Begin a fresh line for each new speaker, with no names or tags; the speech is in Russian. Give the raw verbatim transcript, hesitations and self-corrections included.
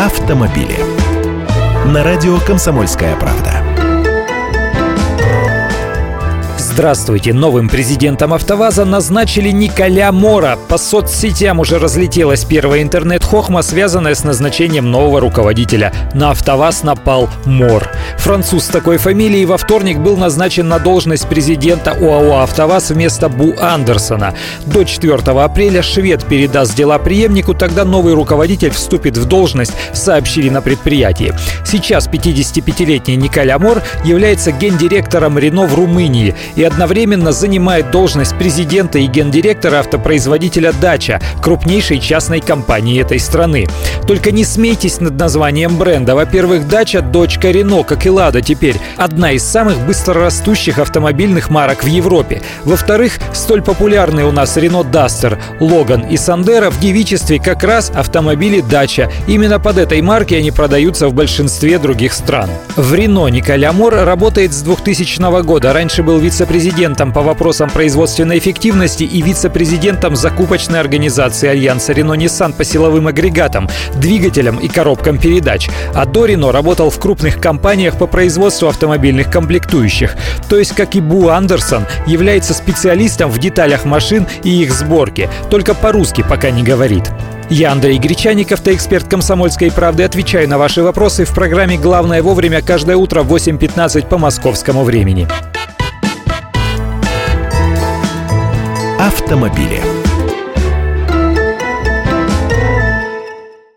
автомобили. На радио «Комсомольская правда».
Здравствуйте! Новым президентом АвтоВАЗа назначили Николя Мора. По соцсетям уже разлетелась первая интернет-хохма, связанная с назначением нового руководителя. На АвтоВАЗ напал Мор. Француз с такой фамилией во вторник был назначен на должность президента ОАО «АвтоВАЗ» вместо Бу Андерсона. До четвёртого апреля швед передаст дела преемнику, тогда новый руководитель вступит в должность, сообщили на предприятии. Сейчас пятидесятипятилетний Николя Мор является гендиректором Рено в Румынии и одновременно занимает должность президента и гендиректора автопроизводителя «Дача», крупнейшей частной компании этой страны. Только не смейтесь над названием бренда. Во-первых, «Дача» — дочка Рено, как и «Лада» теперь. Одна из самых быстрорастущих автомобильных марок в Европе. Во-вторых, столь популярные у нас Рено Дастер, Логан и Сандеро в девичестве как раз автомобили «Дача». Именно под этой маркой они продаются в большинстве других стран. В Рено Николя Мор работает с двухтысячного года. Раньше был вице-президентом президентом по вопросам производственной эффективности и вице-президентом закупочной организации Альянса Рено-Ниссан по силовым агрегатам, двигателям и коробкам передач. А до Рено работал в крупных компаниях по производству автомобильных комплектующих. То есть, как и Бу Андерсон, является специалистом в деталях машин и их сборке. Только по-русски пока не говорит. Я Андрей Гречаник, автоэксперт «Комсомольской правды». Отвечаю на ваши вопросы в программе «Главное вовремя» каждое утро в восемь пятнадцать по московскому времени.
Автомобили.